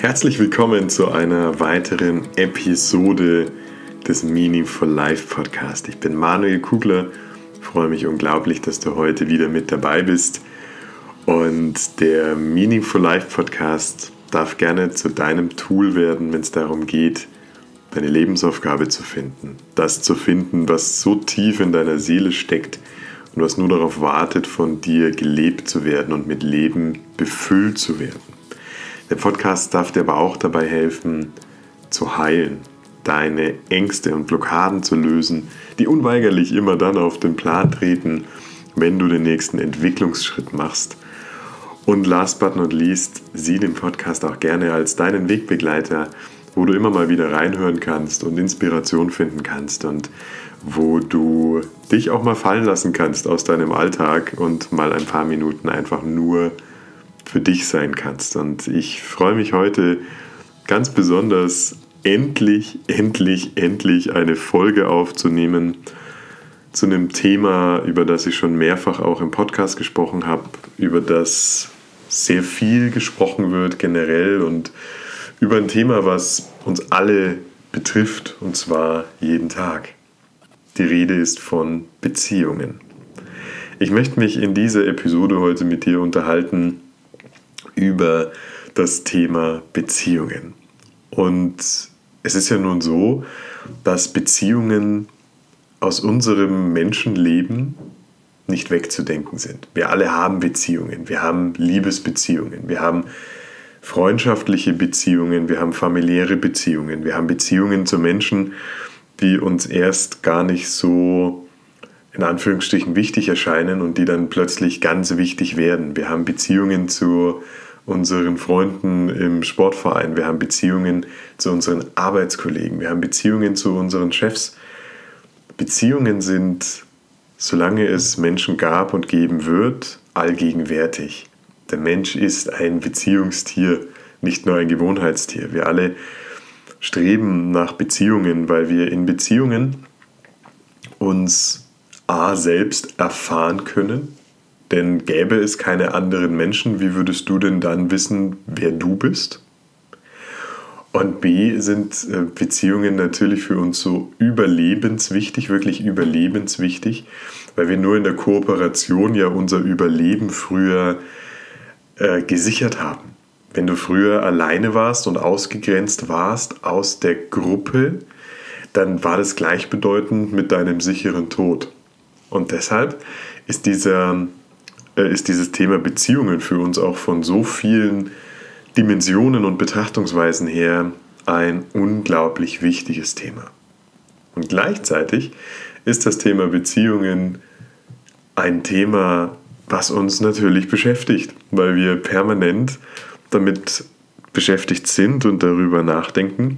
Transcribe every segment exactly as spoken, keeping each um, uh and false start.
Herzlich willkommen zu einer weiteren Episode des Meaningful Life Podcast. Ich bin Manuel Kugler, freue mich unglaublich, dass du heute wieder mit dabei bist. Und der Meaningful Life Podcast darf gerne zu deinem Tool werden, wenn es darum geht, deine Lebensaufgabe zu finden. Das zu finden, was so tief in deiner Seele steckt und was nur darauf wartet, von dir gelebt zu werden und mit Leben befüllt zu werden. Der Podcast darf dir aber auch dabei helfen, zu heilen, deine Ängste und Blockaden zu lösen, die unweigerlich immer dann auf den Plan treten, wenn du den nächsten Entwicklungsschritt machst. Und last but not least, sieh den Podcast auch gerne als deinen Wegbegleiter, wo du immer mal wieder reinhören kannst und Inspiration finden kannst und wo du dich auch mal fallen lassen kannst aus deinem Alltag und mal ein paar Minuten einfach nur für dich sein kannst. Und ich freue mich heute ganz besonders, endlich, endlich, endlich eine Folge aufzunehmen zu einem Thema, über das ich schon mehrfach auch im Podcast gesprochen habe, über das sehr viel gesprochen wird generell und über ein Thema, was uns alle betrifft, und zwar jeden Tag. Die Rede ist von Beziehungen. Ich möchte mich in dieser Episode heute mit dir unterhalten über das Thema Beziehungen. Und es ist ja nun so, dass Beziehungen aus unserem Menschenleben nicht wegzudenken sind. Wir alle haben Beziehungen. Wir haben Liebesbeziehungen. Wir haben freundschaftliche Beziehungen. Wir haben familiäre Beziehungen. Wir haben Beziehungen zu Menschen, die uns erst gar nicht so in Anführungsstrichen wichtig erscheinen und die dann plötzlich ganz wichtig werden. Wir haben Beziehungen zu unseren Freunden im Sportverein. Wir haben Beziehungen zu unseren Arbeitskollegen. Wir haben Beziehungen zu unseren Chefs. Beziehungen sind, solange es Menschen gab und geben wird, allgegenwärtig. Der Mensch ist ein Beziehungstier, nicht nur ein Gewohnheitstier. Wir alle streben nach Beziehungen, weil wir in Beziehungen uns A selbst erfahren können, denn gäbe es keine anderen Menschen, wie würdest du denn dann wissen, wer du bist? Und B sind Beziehungen natürlich für uns so überlebenswichtig, wirklich überlebenswichtig, weil wir nur in der Kooperation ja unser Überleben früher äh, gesichert haben. Wenn du früher alleine warst und ausgegrenzt warst aus der Gruppe, dann war das gleichbedeutend mit deinem sicheren Tod. Und deshalb ist, dieser, äh, ist dieses Thema Beziehungen für uns auch von so vielen Dimensionen und Betrachtungsweisen her ein unglaublich wichtiges Thema. Und gleichzeitig ist das Thema Beziehungen ein Thema, was uns natürlich beschäftigt, weil wir permanent damit beschäftigt sind und darüber nachdenken,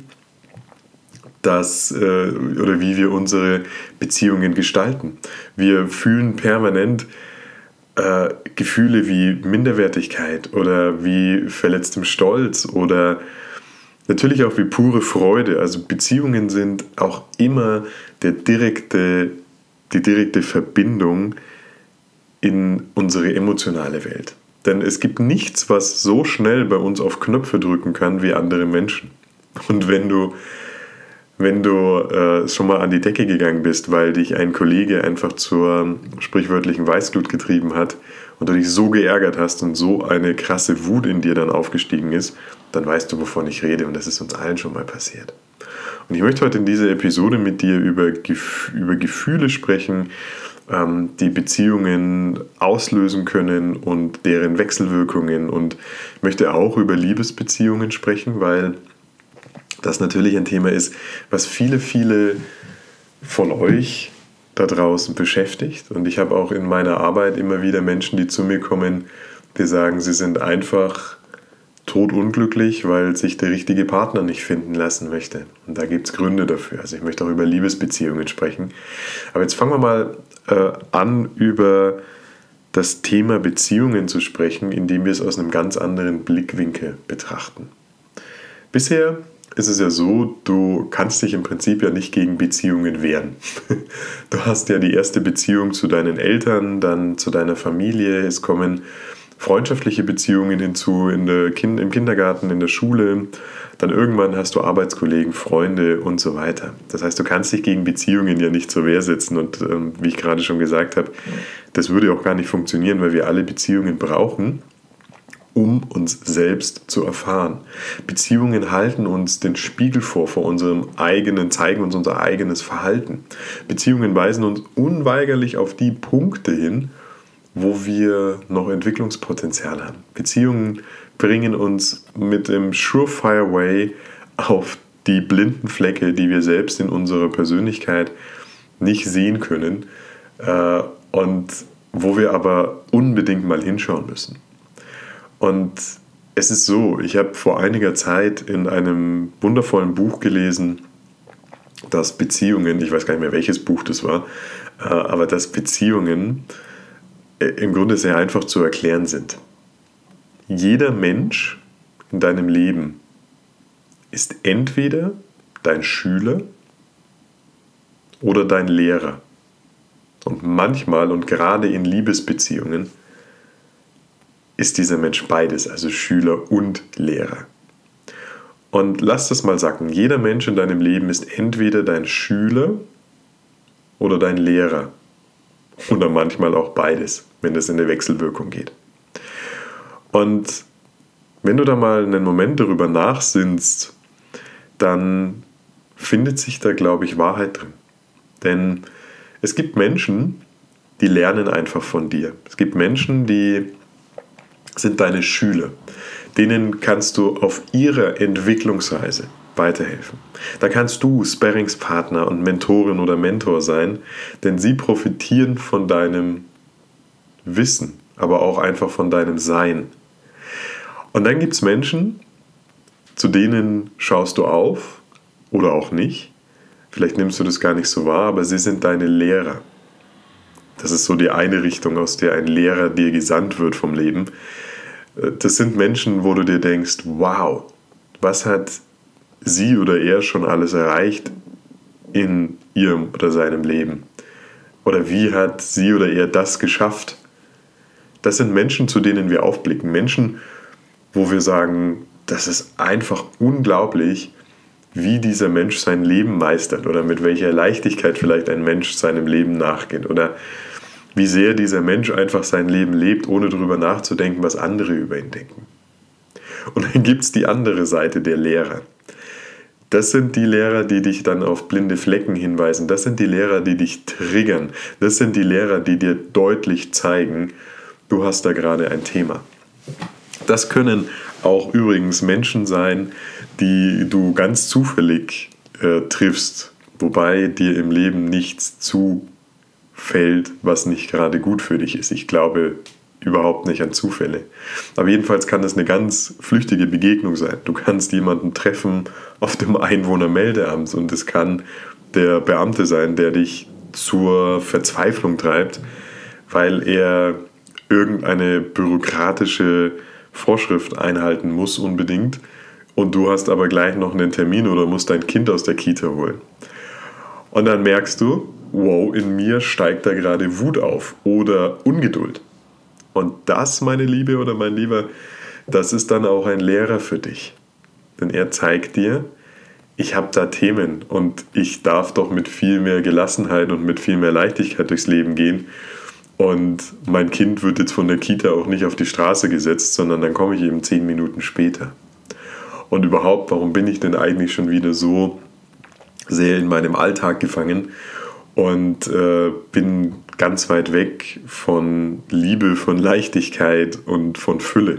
dass, äh, oder wie wir unsere Beziehungen gestalten. Wir fühlen permanent äh, Gefühle wie Minderwertigkeit oder wie verletztem Stolz oder natürlich auch wie pure Freude. Also Beziehungen sind auch immer der direkte, die direkte Verbindung in unsere emotionale Welt. Denn es gibt nichts, was so schnell bei uns auf Knöpfe drücken kann wie andere Menschen. Und wenn du, wenn du äh, schon mal an die Decke gegangen bist, weil dich ein Kollege einfach zur sprichwörtlichen Weißglut getrieben hat und du dich so geärgert hast und so eine krasse Wut in dir dann aufgestiegen ist, dann weißt du, wovon ich rede, und das ist uns allen schon mal passiert. Und ich möchte heute in dieser Episode mit dir über, Gef- über Gefühle sprechen, die Beziehungen auslösen können und deren Wechselwirkungen, und ich möchte auch über Liebesbeziehungen sprechen, weil das natürlich ein Thema ist, was viele, viele von euch da draußen beschäftigt, und ich habe auch in meiner Arbeit immer wieder Menschen, die zu mir kommen, die sagen, sie sind einfach todunglücklich, weil sich der richtige Partner nicht finden lassen möchte. Und da gibt es Gründe dafür. Also ich möchte auch über Liebesbeziehungen sprechen. Aber jetzt fangen wir mal äh, an, über das Thema Beziehungen zu sprechen, indem wir es aus einem ganz anderen Blickwinkel betrachten. Bisher ist es ja so, du kannst dich im Prinzip ja nicht gegen Beziehungen wehren. Du hast ja die erste Beziehung zu deinen Eltern, dann zu deiner Familie, es kommen freundschaftliche Beziehungen hinzu in der kind, im Kindergarten, in der Schule. Dann irgendwann hast du Arbeitskollegen, Freunde und so weiter. Das heißt, du kannst dich gegen Beziehungen ja nicht zur Wehr setzen. Und ähm, wie ich gerade schon gesagt habe, das würde auch gar nicht funktionieren, weil wir alle Beziehungen brauchen, um uns selbst zu erfahren. Beziehungen halten uns den Spiegel vor, vor unserem eigenen, zeigen uns unser eigenes Verhalten. Beziehungen weisen uns unweigerlich auf die Punkte hin, wo wir noch Entwicklungspotenzial haben. Beziehungen bringen uns mit dem Surefire Way auf die blinden Flecke, die wir selbst in unserer Persönlichkeit nicht sehen können äh, und wo wir aber unbedingt mal hinschauen müssen. Und es ist so, ich habe vor einiger Zeit in einem wundervollen Buch gelesen, dass Beziehungen, ich weiß gar nicht mehr, welches Buch das war, äh, aber dass Beziehungen im Grunde sehr einfach zu erklären sind. Jeder Mensch in deinem Leben ist entweder dein Schüler oder dein Lehrer. Und manchmal und gerade in Liebesbeziehungen ist dieser Mensch beides, also Schüler und Lehrer. Und lass das mal sacken. Jeder Mensch in deinem Leben ist entweder dein Schüler oder dein Lehrer. Oder manchmal auch beides, wenn das in eine Wechselwirkung geht. Und wenn du da mal einen Moment darüber nachsinnst, dann findet sich da, glaube ich, Wahrheit drin. Denn es gibt Menschen, die lernen einfach von dir. Es gibt Menschen, die sind deine Schüler. Denen kannst du auf ihrer Entwicklungsreise weiterhelfen. Da kannst du Sparringspartner und Mentorin oder Mentor sein, denn sie profitieren von deinem Wissen, aber auch einfach von deinem Sein. Und dann gibt es Menschen, zu denen schaust du auf oder auch nicht. Vielleicht nimmst du das gar nicht so wahr, aber sie sind deine Lehrer. Das ist so die eine Richtung, aus der ein Lehrer dir gesandt wird vom Leben. Das sind Menschen, wo du dir denkst, wow, was hat sie oder er schon alles erreicht in ihrem oder seinem Leben? Oder wie hat sie oder er das geschafft? Das sind Menschen, zu denen wir aufblicken. Menschen, wo wir sagen, das ist einfach unglaublich, wie dieser Mensch sein Leben meistert oder mit welcher Leichtigkeit vielleicht ein Mensch seinem Leben nachgeht oder wie sehr dieser Mensch einfach sein Leben lebt, ohne darüber nachzudenken, was andere über ihn denken. Und dann gibt es die andere Seite der Lehrer. Das sind die Lehrer, die dich dann auf blinde Flecken hinweisen. Das sind die Lehrer, die dich triggern. Das sind die Lehrer, die dir deutlich zeigen, du hast da gerade ein Thema. Das können auch übrigens Menschen sein, die du ganz zufällig äh, triffst, wobei dir im Leben nichts zufällt, was nicht gerade gut für dich ist. Ich glaube überhaupt nicht an Zufälle. Aber jedenfalls kann das eine ganz flüchtige Begegnung sein. Du kannst jemanden treffen auf dem Einwohnermeldeamt und es kann der Beamte sein, der dich zur Verzweiflung treibt, weil er irgendeine bürokratische Vorschrift einhalten muss unbedingt und du hast aber gleich noch einen Termin oder musst dein Kind aus der Kita holen. Und dann merkst du, wow, in mir steigt da gerade Wut auf oder Ungeduld. Und das, meine Liebe oder mein Lieber, das ist dann auch ein Lehrer für dich. Denn er zeigt dir, ich habe da Themen und ich darf doch mit viel mehr Gelassenheit und mit viel mehr Leichtigkeit durchs Leben gehen. Und mein Kind wird jetzt von der Kita auch nicht auf die Straße gesetzt, sondern dann komme ich eben zehn Minuten später. Und überhaupt, warum bin ich denn eigentlich schon wieder so sehr in meinem Alltag gefangen und äh, bin ganz weit weg von Liebe, von Leichtigkeit und von Fülle?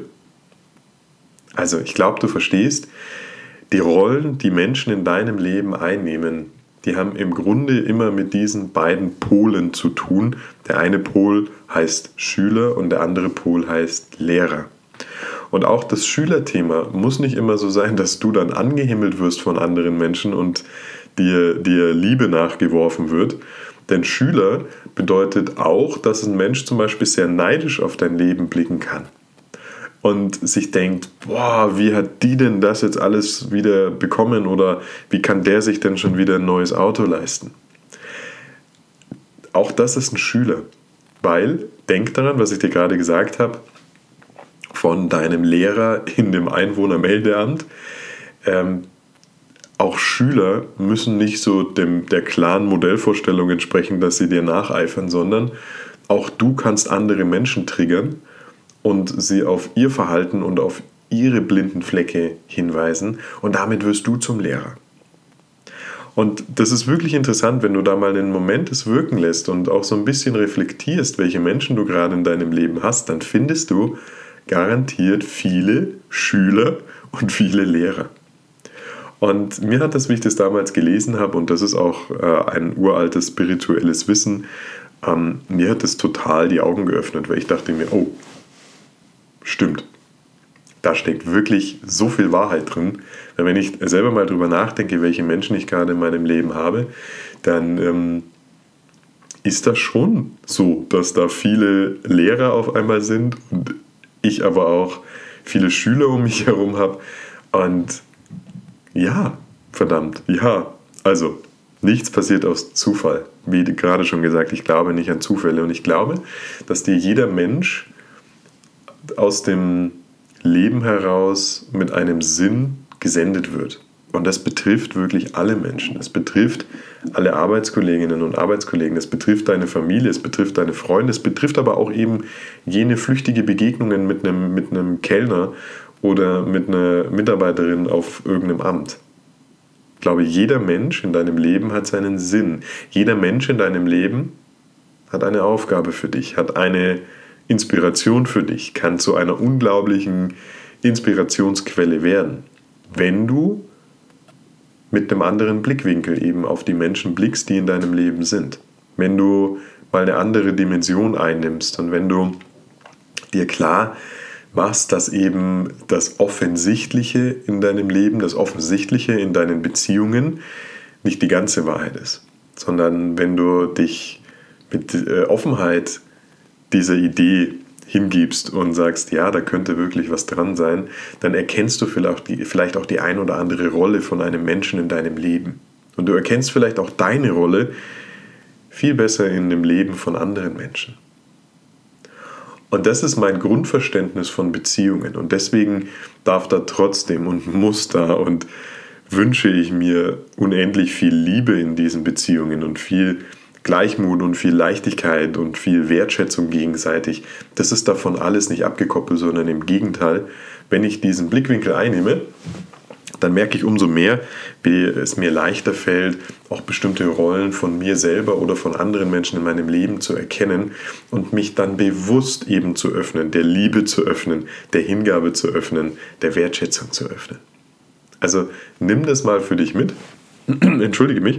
Also ich glaube, du verstehst, die Rollen, die Menschen in deinem Leben einnehmen, die haben im Grunde immer mit diesen beiden Polen zu tun. Der eine Pol heißt Schüler und der andere Pol heißt Lehrer. Und auch das Schülerthema muss nicht immer so sein, dass du dann angehimmelt wirst von anderen Menschen und dir, dir Liebe nachgeworfen wird. Denn Schüler bedeutet auch, dass ein Mensch zum Beispiel sehr neidisch auf dein Leben blicken kann. Und sich denkt, boah, wie hat die denn das jetzt alles wieder bekommen oder wie kann der sich denn schon wieder ein neues Auto leisten? Auch das ist ein Schüler, weil, denk daran, was ich dir gerade gesagt habe, von deinem Lehrer in dem Einwohnermeldeamt. Ähm, auch Schüler müssen nicht so dem, der klaren Modellvorstellung entsprechen, dass sie dir nacheifern, sondern auch du kannst andere Menschen triggern und sie auf ihr Verhalten und auf ihre blinden Flecke hinweisen und damit wirst du zum Lehrer. Und das ist wirklich interessant, wenn du da mal einen Moment es wirken lässt und auch so ein bisschen reflektierst, welche Menschen du gerade in deinem Leben hast, dann findest du garantiert viele Schüler und viele Lehrer. Und mir hat das, wie ich das damals gelesen habe, und das ist auch äh, ein uraltes spirituelles Wissen, ähm, mir hat das total die Augen geöffnet, weil ich dachte mir, oh, stimmt. Da steckt wirklich so viel Wahrheit drin. Weil wenn ich selber mal drüber nachdenke, welche Menschen ich gerade in meinem Leben habe, dann ähm, ist das schon so, dass da viele Lehrer auf einmal sind und ich aber auch viele Schüler um mich herum habe. Und ja, verdammt, ja, also nichts passiert aus Zufall. Wie gerade schon gesagt, ich glaube nicht an Zufälle und ich glaube, dass dir jeder Mensch aus dem Leben heraus mit einem Sinn gesendet wird. Und das betrifft wirklich alle Menschen. Es betrifft alle Arbeitskolleginnen und Arbeitskollegen. Es betrifft deine Familie, es betrifft deine Freunde, es betrifft aber auch eben jene flüchtige Begegnungen mit einem, mit einem Kellner oder mit einer Mitarbeiterin auf irgendeinem Amt. Ich glaube, jeder Mensch in deinem Leben hat seinen Sinn. Jeder Mensch in deinem Leben hat eine Aufgabe für dich, hat eine Inspiration für dich, kann zu einer unglaublichen Inspirationsquelle werden, wenn du mit einem anderen Blickwinkel eben auf die Menschen blickst, die in deinem Leben sind. Wenn du mal eine andere Dimension einnimmst und wenn du dir klar machst, dass eben das Offensichtliche in deinem Leben, das Offensichtliche in deinen Beziehungen nicht die ganze Wahrheit ist, sondern wenn du dich mit Offenheit dieser Idee hingibst und sagst, ja, da könnte wirklich was dran sein, dann erkennst du vielleicht, die, vielleicht auch die ein oder andere Rolle von einem Menschen in deinem Leben. Und du erkennst vielleicht auch deine Rolle viel besser in dem Leben von anderen Menschen. Und das ist mein Grundverständnis von Beziehungen. Und deswegen darf da trotzdem und muss da und wünsche ich mir unendlich viel Liebe in diesen Beziehungen und viel Gleichmut und viel Leichtigkeit und viel Wertschätzung gegenseitig. Das ist davon alles nicht abgekoppelt, sondern im Gegenteil, wenn ich diesen Blickwinkel einnehme, dann merke ich umso mehr, wie es mir leichter fällt, auch bestimmte Rollen von mir selber oder von anderen Menschen in meinem Leben zu erkennen und mich dann bewusst eben zu öffnen, der Liebe zu öffnen, der Hingabe zu öffnen, der Wertschätzung zu öffnen. Also nimm das mal für dich mit. Entschuldige mich.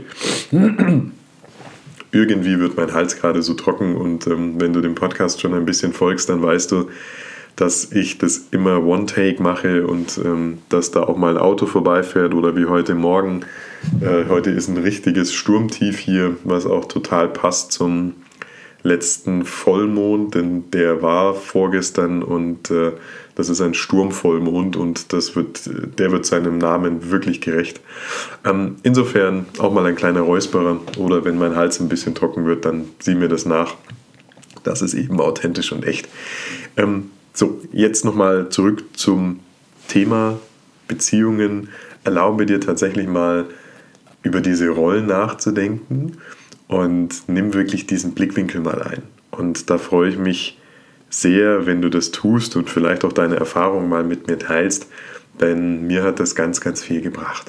Irgendwie wird mein Hals gerade so trocken und ähm, wenn du dem Podcast schon ein bisschen folgst, dann weißt du, dass ich das immer One-Take mache und ähm, dass da auch mal ein Auto vorbeifährt oder wie heute Morgen. Äh, heute ist ein richtiges Sturmtief hier, was auch total passt zum letzten Vollmond, denn der war vorgestern und äh, das ist ein Sturmvollmond und das wird, der wird seinem Namen wirklich gerecht. Ähm, insofern auch mal ein kleiner Räusperer oder wenn mein Hals ein bisschen trocken wird, dann sieh mir das nach. Das ist eben authentisch und echt. Ähm, so, jetzt nochmal zurück zum Thema Beziehungen. Erlaube dir tatsächlich mal über diese Rollen nachzudenken und nimm wirklich diesen Blickwinkel mal ein. Und da freue ich mich sehr, wenn du das tust und vielleicht auch deine Erfahrungen mal mit mir teilst, denn mir hat das ganz, ganz viel gebracht.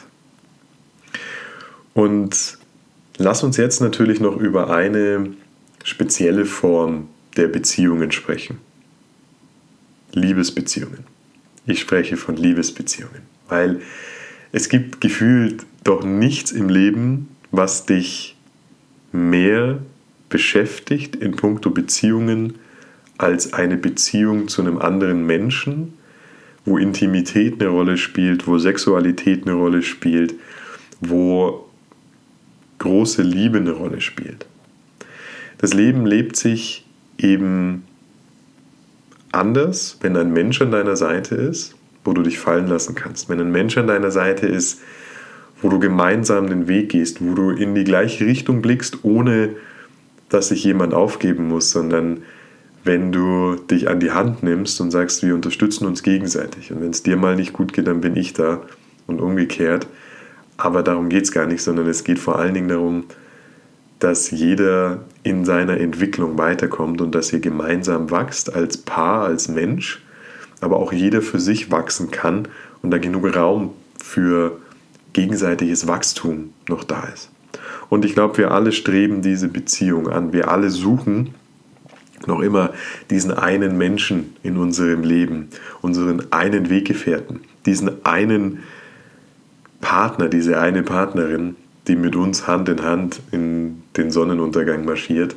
Und lass uns jetzt natürlich noch über eine spezielle Form der Beziehungen sprechen. Liebesbeziehungen. Ich spreche von Liebesbeziehungen, weil es gibt gefühlt doch nichts im Leben, was dich mehr beschäftigt in puncto Beziehungen als eine Beziehung zu einem anderen Menschen, wo Intimität eine Rolle spielt, wo Sexualität eine Rolle spielt, wo große Liebe eine Rolle spielt. Das Leben lebt sich eben anders, wenn ein Mensch an deiner Seite ist, wo du dich fallen lassen kannst. Wenn ein Mensch an deiner Seite ist, wo du gemeinsam den Weg gehst, wo du in die gleiche Richtung blickst, ohne dass sich jemand aufgeben muss, sondern wenn du dich an die Hand nimmst und sagst, wir unterstützen uns gegenseitig. Und wenn es dir mal nicht gut geht, dann bin ich da und umgekehrt. Aber darum geht es gar nicht, sondern es geht vor allen Dingen darum, dass jeder in seiner Entwicklung weiterkommt und dass ihr gemeinsam wächst als Paar, als Mensch, aber auch jeder für sich wachsen kann und da genug Raum für gegenseitiges Wachstum noch da ist. Und ich glaube, wir alle streben diese Beziehung an. Wir alle suchen noch immer diesen einen Menschen in unserem Leben, unseren einen Weggefährten, diesen einen Partner, diese eine Partnerin, die mit uns Hand in Hand in den Sonnenuntergang marschiert.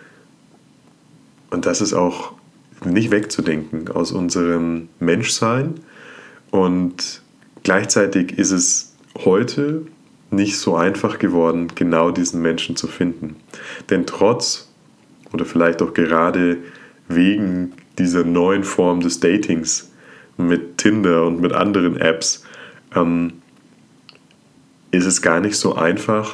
Und das ist auch nicht wegzudenken aus unserem Menschsein. Und gleichzeitig ist es heute nicht so einfach geworden, genau diesen Menschen zu finden. Denn trotz oder vielleicht auch gerade wegen dieser neuen Form des Datings mit Tinder und mit anderen Apps ähm, ist es gar nicht so einfach,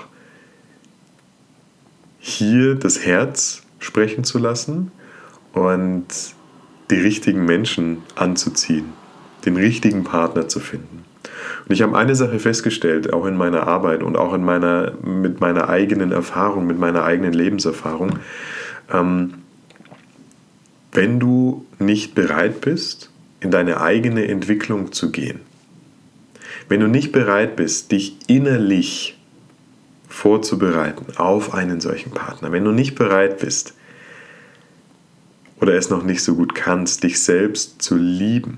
hier das Herz sprechen zu lassen und die richtigen Menschen anzuziehen, den richtigen Partner zu finden. Und ich habe eine Sache festgestellt, auch in meiner Arbeit und auch in meiner, mit meiner eigenen Erfahrung, mit meiner eigenen Lebenserfahrung. Ähm, wenn du nicht bereit bist, in deine eigene Entwicklung zu gehen, wenn du nicht bereit bist, dich innerlich vorzubereiten auf einen solchen Partner, wenn du nicht bereit bist oder es noch nicht so gut kannst, dich selbst zu lieben,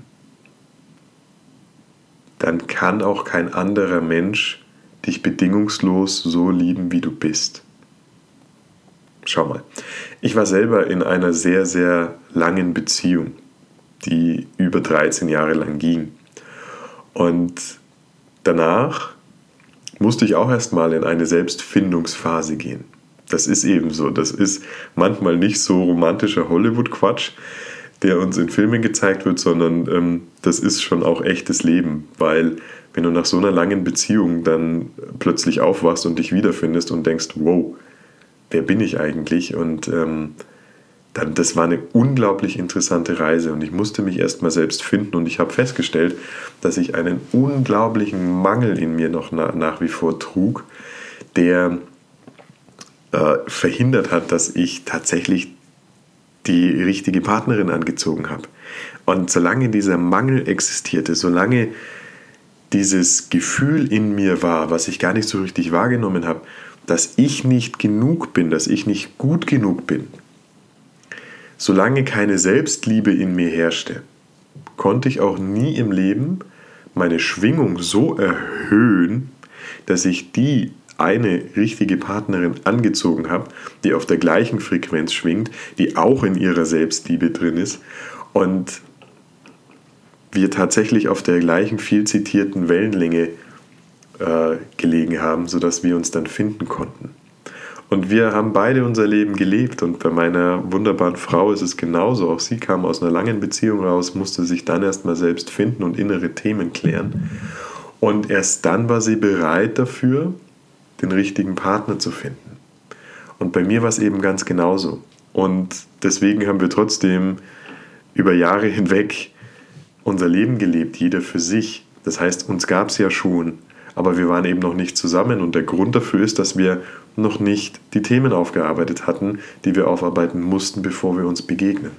dann kann auch kein anderer Mensch dich bedingungslos so lieben, wie du bist. Schau mal, ich war selber in einer sehr, sehr langen Beziehung, die über dreizehn Jahre lang ging. Und danach musste ich auch erstmal in eine Selbstfindungsphase gehen. Das ist eben so. Das ist manchmal nicht so romantischer Hollywood-Quatsch, der uns in Filmen gezeigt wird, sondern ähm, das ist schon auch echtes Leben. Weil wenn du nach so einer langen Beziehung dann plötzlich aufwachst und dich wiederfindest und denkst, wow, wer bin ich eigentlich? Und ähm, dann, das war eine unglaublich interessante Reise und ich musste mich erstmal selbst finden und ich habe festgestellt, dass ich einen unglaublichen Mangel in mir noch na, nach wie vor trug, der äh, verhindert hat, dass ich tatsächlich die richtige Partnerin angezogen habe. Und solange dieser Mangel existierte, solange dieses Gefühl in mir war, was ich gar nicht so richtig wahrgenommen habe, dass ich nicht genug bin, dass ich nicht gut genug bin, solange keine Selbstliebe in mir herrschte, konnte ich auch nie im Leben meine Schwingung so erhöhen, dass ich die eine richtige Partnerin angezogen habe, die auf der gleichen Frequenz schwingt, die auch in ihrer Selbstliebe drin ist und wir tatsächlich auf der gleichen viel zitierten Wellenlänge äh, gelegen haben, sodass wir uns dann finden konnten. Und wir haben beide unser Leben gelebt und bei meiner wunderbaren Frau ist es genauso. Auch sie kam aus einer langen Beziehung raus, musste sich dann erstmal selbst finden und innere Themen klären. Und erst dann war sie bereit dafür, den richtigen Partner zu finden. Und bei mir war es eben ganz genauso. Und deswegen haben wir trotzdem über Jahre hinweg unser Leben gelebt, jeder für sich. Das heißt, uns gab es ja schon, aber wir waren eben noch nicht zusammen. Und der Grund dafür ist, dass wir noch nicht die Themen aufgearbeitet hatten, die wir aufarbeiten mussten, bevor wir uns begegnen.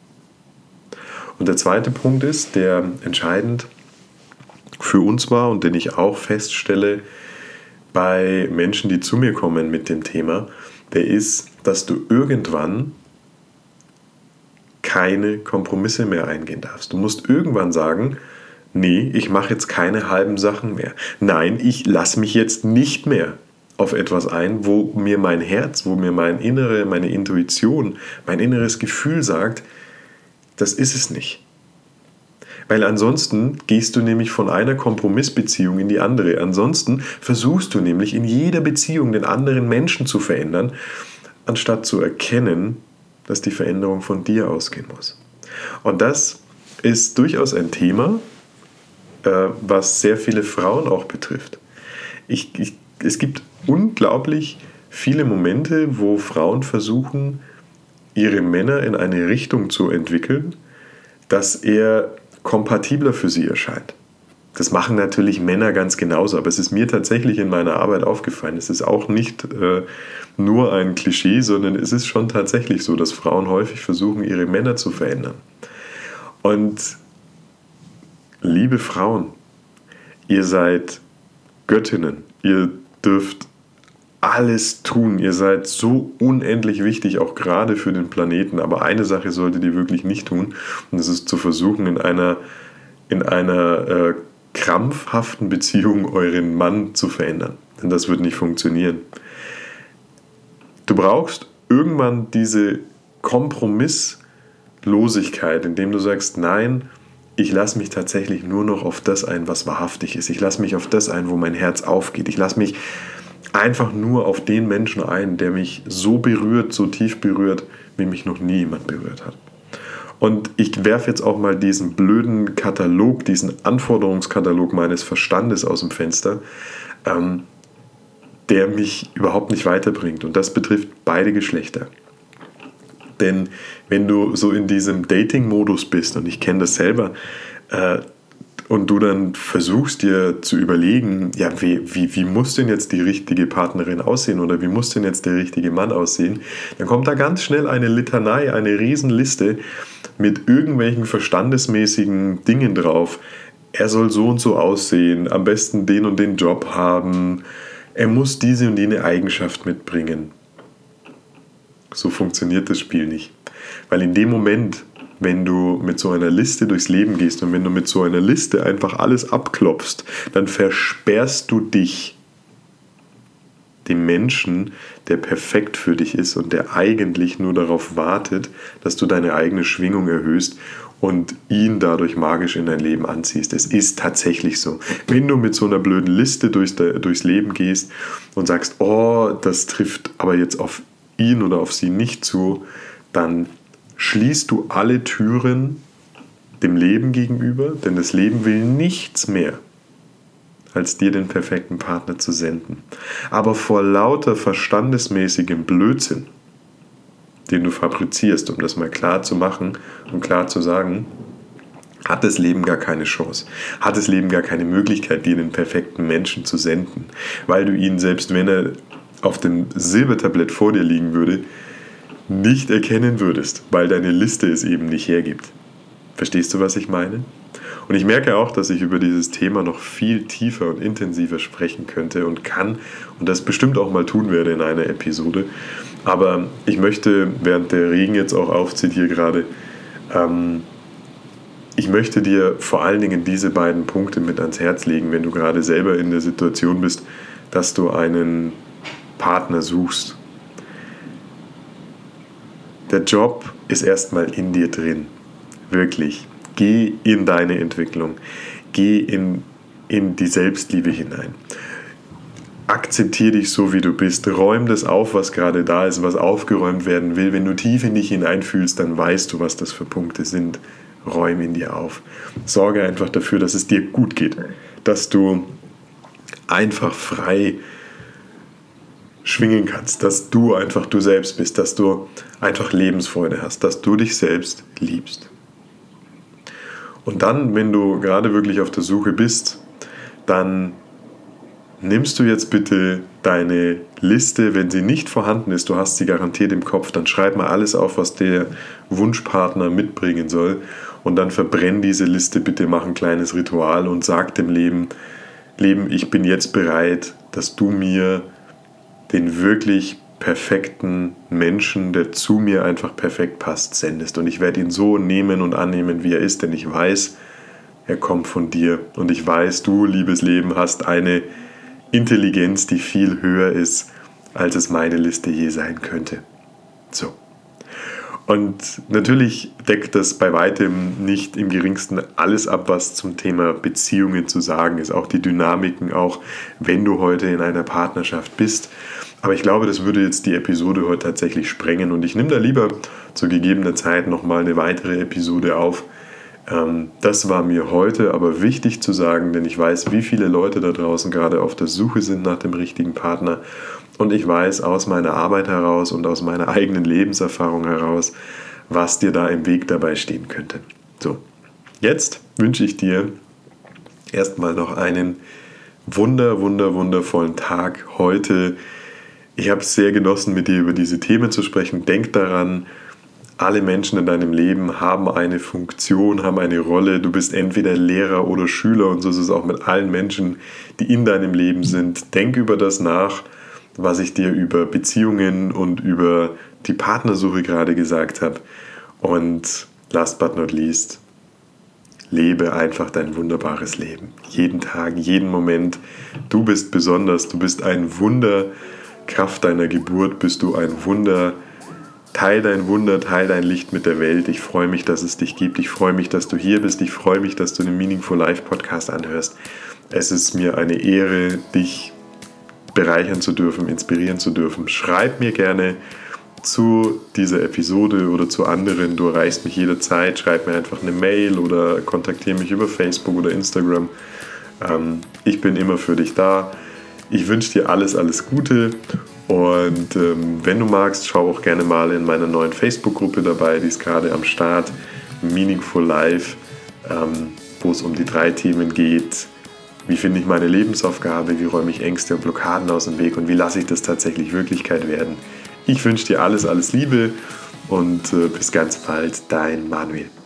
Und der zweite Punkt ist, der entscheidend für uns war und den ich auch feststelle bei Menschen, die zu mir kommen mit dem Thema, der ist, dass du irgendwann keine Kompromisse mehr eingehen darfst. Du musst irgendwann sagen, nee, ich mache jetzt keine halben Sachen mehr. Nein, ich lasse mich jetzt nicht mehr auf etwas ein, wo mir mein Herz, wo mir mein Innere, meine Intuition, mein inneres Gefühl sagt, das ist es nicht. Weil ansonsten gehst du nämlich von einer Kompromissbeziehung in die andere. Ansonsten versuchst du nämlich in jeder Beziehung den anderen Menschen zu verändern, anstatt zu erkennen, dass die Veränderung von dir ausgehen muss. Und das ist durchaus ein Thema, äh, was sehr viele Frauen auch betrifft. Ich, ich, es gibt unglaublich viele Momente, wo Frauen versuchen, ihre Männer in eine Richtung zu entwickeln, dass er kompatibler für sie erscheint. Das machen natürlich Männer ganz genauso, aber es ist mir tatsächlich in meiner Arbeit aufgefallen. Es ist auch nicht äh, nur ein Klischee, sondern es ist schon tatsächlich so, dass Frauen häufig versuchen, ihre Männer zu verändern. Und liebe Frauen, ihr seid Göttinnen, ihr dürft alles tun, ihr seid so unendlich wichtig, auch gerade für den Planeten, aber eine Sache solltet ihr wirklich nicht tun, und das ist zu versuchen, in einer, in einer äh, krampfhaften Beziehung euren Mann zu verändern, denn das wird nicht funktionieren. Du brauchst irgendwann diese Kompromisslosigkeit, indem du sagst, nein, ich lasse mich tatsächlich nur noch auf das ein, was wahrhaftig ist. Ich lasse mich auf das ein, wo mein Herz aufgeht. Ich lasse mich einfach nur auf den Menschen ein, der mich so berührt, so tief berührt, wie mich noch nie jemand berührt hat. Und ich werfe jetzt auch mal diesen blöden Katalog, diesen Anforderungskatalog meines Verstandes aus dem Fenster, ähm, der mich überhaupt nicht weiterbringt. Und das betrifft beide Geschlechter. Denn wenn du so in diesem Dating-Modus bist, und ich kenne das selber, äh, und du dann versuchst dir zu überlegen, ja, wie, wie, wie muss denn jetzt die richtige Partnerin aussehen oder wie muss denn jetzt der richtige Mann aussehen, dann kommt da ganz schnell eine Litanei, eine Riesenliste mit irgendwelchen verstandesmäßigen Dingen drauf. Er soll so und so aussehen, am besten den und den Job haben, er muss diese und jene Eigenschaft mitbringen. So funktioniert das Spiel nicht. Weil in dem Moment, wenn du mit so einer Liste durchs Leben gehst und wenn du mit so einer Liste einfach alles abklopfst, dann versperrst du dich dem Menschen, der perfekt für dich ist und der eigentlich nur darauf wartet, dass du deine eigene Schwingung erhöhst und ihn dadurch magisch in dein Leben anziehst. Es ist tatsächlich so. Wenn du mit so einer blöden Liste durchs, durchs Leben gehst und sagst, oh, das trifft aber jetzt auf ihn oder auf sie nicht zu, dann schließt du alle Türen dem Leben gegenüber, denn das Leben will nichts mehr, als dir den perfekten Partner zu senden. Aber vor lauter verstandesmäßigem Blödsinn, den du fabrizierst, um das mal klar zu machen und klar zu sagen, hat das Leben gar keine Chance, hat das Leben gar keine Möglichkeit, dir den perfekten Menschen zu senden, weil du ihn, selbst wenn er auf dem Silbertablett vor dir liegen würde, nicht erkennen würdest, weil deine Liste es eben nicht hergibt. Verstehst du, was ich meine? Und ich merke auch, dass ich über dieses Thema noch viel tiefer und intensiver sprechen könnte und kann und das bestimmt auch mal tun werde in einer Episode. Aber ich möchte, während der Regen jetzt auch aufzieht hier gerade, ähm, ich möchte dir vor allen Dingen diese beiden Punkte mit ans Herz legen, wenn du gerade selber in der Situation bist, dass du einen Partner suchst. Der Job ist erstmal in dir drin. Wirklich. Geh in deine Entwicklung. Geh in, in die Selbstliebe hinein. Akzeptiere dich so, wie du bist. Räum das auf, was gerade da ist, was aufgeräumt werden will. Wenn du tief in dich hineinfühlst, dann weißt du, was das für Punkte sind. Räum in dir auf. Sorge einfach dafür, dass es dir gut geht. Dass du einfach frei schwingen kannst, dass du einfach du selbst bist, dass du einfach Lebensfreude hast, dass du dich selbst liebst. Und dann, wenn du gerade wirklich auf der Suche bist, dann nimmst du jetzt bitte deine Liste, wenn sie nicht vorhanden ist, du hast sie garantiert im Kopf, dann schreib mal alles auf, was der Wunschpartner mitbringen soll und dann verbrenn diese Liste bitte, mach ein kleines Ritual und sag dem Leben, Leben, ich bin jetzt bereit, dass du mir den wirklich perfekten Menschen, der zu mir einfach perfekt passt, sendest. Und ich werde ihn so nehmen und annehmen, wie er ist, denn ich weiß, er kommt von dir. Und ich weiß, du, liebes Leben, hast eine Intelligenz, die viel höher ist, als es meine Liste je sein könnte. So. Und natürlich deckt das bei weitem nicht im geringsten alles ab, was zum Thema Beziehungen zu sagen ist. Auch die Dynamiken, auch wenn du heute in einer Partnerschaft bist. Aber ich glaube, das würde jetzt die Episode heute tatsächlich sprengen. Und ich nehme da lieber zu gegebener Zeit nochmal eine weitere Episode auf. Das war mir heute aber wichtig zu sagen, denn ich weiß, wie viele Leute da draußen gerade auf der Suche sind nach dem richtigen Partner Und ich weiß aus meiner Arbeit heraus und aus meiner eigenen Lebenserfahrung heraus, was dir da im Weg dabei stehen könnte. So, jetzt wünsche ich dir erstmal noch einen wunder, wunder, wundervollen Tag heute. Ich habe es sehr genossen, mit dir über diese Themen zu sprechen. Denk daran, alle Menschen in deinem Leben haben eine Funktion, haben eine Rolle. Du bist entweder Lehrer oder Schüler und so ist es auch mit allen Menschen, die in deinem Leben sind. Denk über das nach, was ich dir über Beziehungen und über die Partnersuche gerade gesagt habe. Und last but not least, lebe einfach dein wunderbares Leben. Jeden Tag, jeden Moment. Du bist besonders, du bist ein Wunder. Kraft deiner Geburt bist du ein Wunder. Teil dein Wunder, teil dein Licht mit der Welt. Ich freue mich, dass es dich gibt. Ich freue mich, dass du hier bist. Ich freue mich, dass du den Meaningful Life Podcast anhörst. Es ist mir eine Ehre, dich bereichern zu dürfen, inspirieren zu dürfen. Schreib mir gerne zu dieser Episode oder zu anderen. Du erreichst mich jederzeit. Schreib mir einfach eine Mail oder kontaktiere mich über Facebook oder Instagram. Ähm, ich bin immer für dich da. Ich wünsche dir alles, alles Gute. Und ähm, wenn du magst, schau auch gerne mal in meiner neuen Facebook-Gruppe dabei, die ist gerade am Start, Meaningful Life, ähm, wo es um die drei Themen geht. Wie finde ich meine Lebensaufgabe, wie räume ich Ängste und Blockaden aus dem Weg und wie lasse ich das tatsächlich Wirklichkeit werden. Ich wünsche dir alles, alles Liebe und äh, bis ganz bald, dein Manuel.